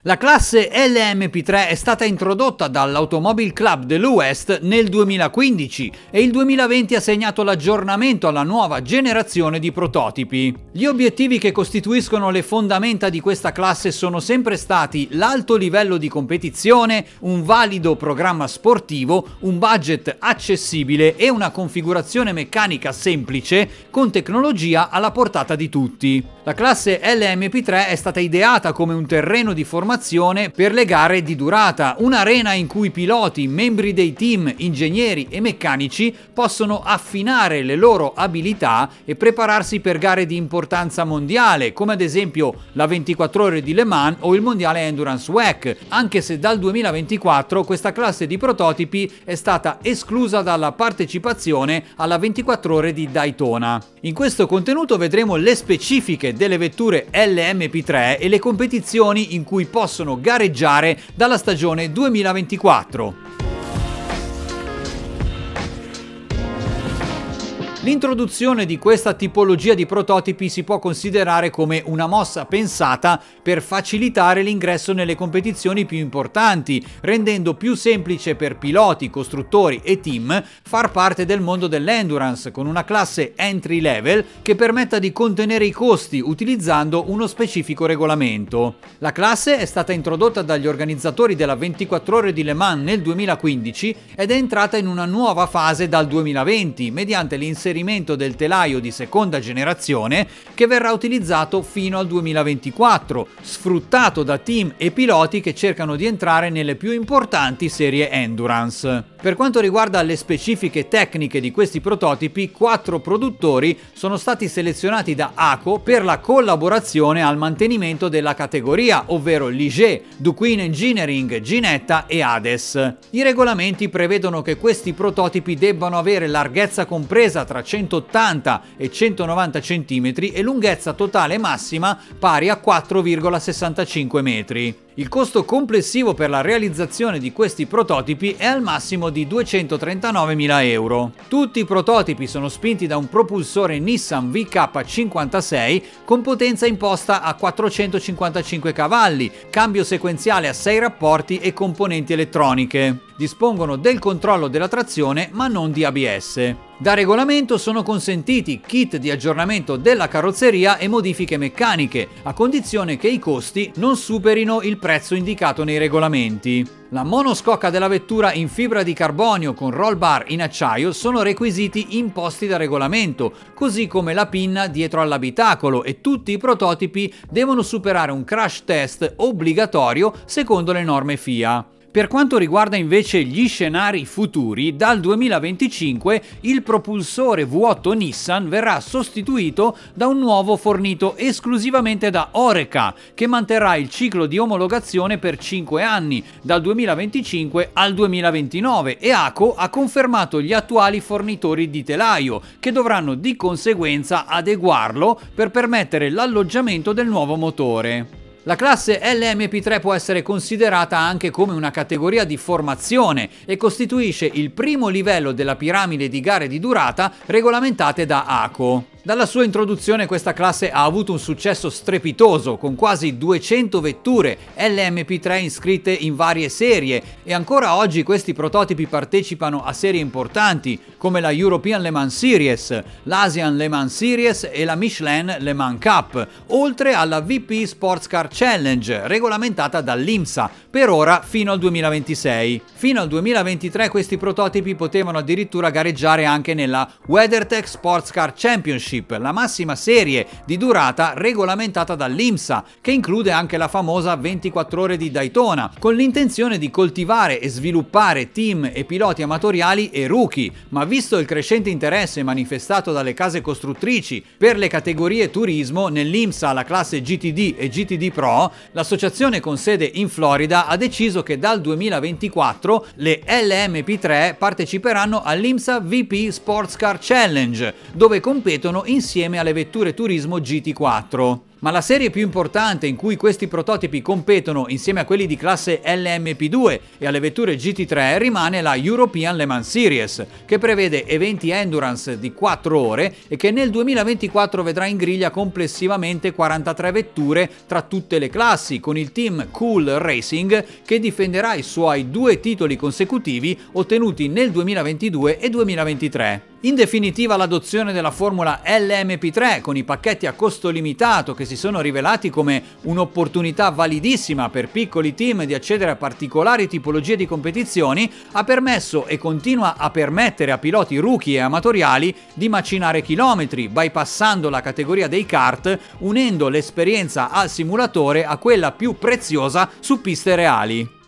La classe LMP3 è stata introdotta dall'Automobile Club dell'Ouest nel 2015 e il 2020 ha segnato l'aggiornamento alla nuova generazione di prototipi. Gli obiettivi che costituiscono le fondamenta di questa classe sono sempre stati l'alto livello di competizione, un valido programma sportivo, un budget accessibile e una configurazione meccanica semplice con tecnologia alla portata di tutti. La classe LMP3 è stata ideata come un terreno di formazione per le gare di durata, un'arena in cui piloti, membri dei team, ingegneri e meccanici possono affinare le loro abilità e prepararsi per gare di importanza mondiale, come ad esempio la 24 ore di Le Mans o il mondiale Endurance WEC, anche se dal 2024 questa classe di prototipi è stata esclusa dalla partecipazione alla 24 ore di Daytona. In questo contenuto vedremo le specifiche delle vetture LMP3 e le competizioni in cui possono gareggiare dalla stagione 2024. L'introduzione di questa tipologia di prototipi si può considerare come una mossa pensata per facilitare l'ingresso nelle competizioni più importanti, rendendo più semplice per piloti, costruttori e team far parte del mondo dell'endurance con una classe entry level che permetta di contenere i costi utilizzando uno specifico regolamento. La classe è stata introdotta dagli organizzatori della 24 ore di Le Mans nel 2015 ed è entrata in una nuova fase dal 2020 mediante l'inserimento del telaio di seconda generazione che verrà utilizzato fino al 2024, sfruttato da team e piloti che cercano di entrare nelle più importanti serie endurance. Per quanto riguarda le specifiche tecniche di questi prototipi, 4 produttori sono stati selezionati da ACO per la collaborazione al mantenimento della categoria, ovvero Ligier, Duquin Engineering, Ginetta e Hades. I regolamenti prevedono che questi prototipi debbano avere larghezza compresa tra 180 e 190 cm e lunghezza totale massima pari a 4,65 metri. Il costo complessivo per la realizzazione di questi prototipi è al massimo di 239.000 euro. Tutti i prototipi sono spinti da un propulsore Nissan VK56 con potenza imposta a 455 cavalli, cambio sequenziale a 6 rapporti e componenti elettroniche. Dispongono del controllo della trazione ma non di ABS. Da regolamento sono consentiti kit di aggiornamento della carrozzeria e modifiche meccaniche, a condizione che i costi non superino il prezzo indicato nei regolamenti. La monoscocca della vettura in fibra di carbonio con roll bar in acciaio sono requisiti imposti da regolamento, così come la pinna dietro all'abitacolo, e tutti i prototipi devono superare un crash test obbligatorio secondo le norme FIA. Per quanto riguarda invece gli scenari futuri, dal 2025 il propulsore V8 Nissan verrà sostituito da un nuovo fornito esclusivamente da Oreca, che manterrà il ciclo di omologazione per 5 anni, dal 2025 al 2029, e ACO ha confermato gli attuali fornitori di telaio, che dovranno di conseguenza adeguarlo per permettere l'alloggiamento del nuovo motore. La classe LMP3 può essere considerata anche come una categoria di formazione e costituisce il primo livello della piramide di gare di durata regolamentate da ACO. Dalla sua introduzione questa classe ha avuto un successo strepitoso, con quasi 200 vetture LMP3 iscritte in varie serie, e ancora oggi questi prototipi partecipano a serie importanti come la European Le Mans Series, l'Asian Le Mans Series e la Michelin Le Mans Cup, oltre alla VP Sports Car Challenge regolamentata dall'IMSA, per ora fino al 2026. Fino al 2023 questi prototipi potevano addirittura gareggiare anche nella WeatherTech Sports Car Championship, la massima serie di durata regolamentata dall'IMSA, che include anche la famosa 24 ore di Daytona, con l'intenzione di coltivare e sviluppare team e piloti amatoriali e rookie, ma visto il crescente interesse manifestato dalle case costruttrici per le categorie turismo, nell'IMSA la classe GTD e GTD Pro, l'associazione con sede in Florida ha deciso che dal 2024 le LMP3 parteciperanno all'IMSA VP Sports Car Challenge, dove competono insieme alle vetture turismo GT4. Ma la serie più importante in cui questi prototipi competono insieme a quelli di classe LMP2 e alle vetture GT3 rimane la European Le Mans Series, che prevede eventi endurance di 4 ore e che nel 2024 vedrà in griglia complessivamente 43 vetture tra tutte le classi, con il team Cool Racing che difenderà i suoi 2 titoli consecutivi ottenuti nel 2022 e 2023. In definitiva, l'adozione della formula LMP3 con i pacchetti a costo limitato, che si sono rivelati come un'opportunità validissima per piccoli team di accedere a particolari tipologie di competizioni, ha permesso e continua a permettere a piloti rookie e amatoriali di macinare chilometri, bypassando la categoria dei kart, unendo l'esperienza al simulatore a quella più preziosa su piste reali.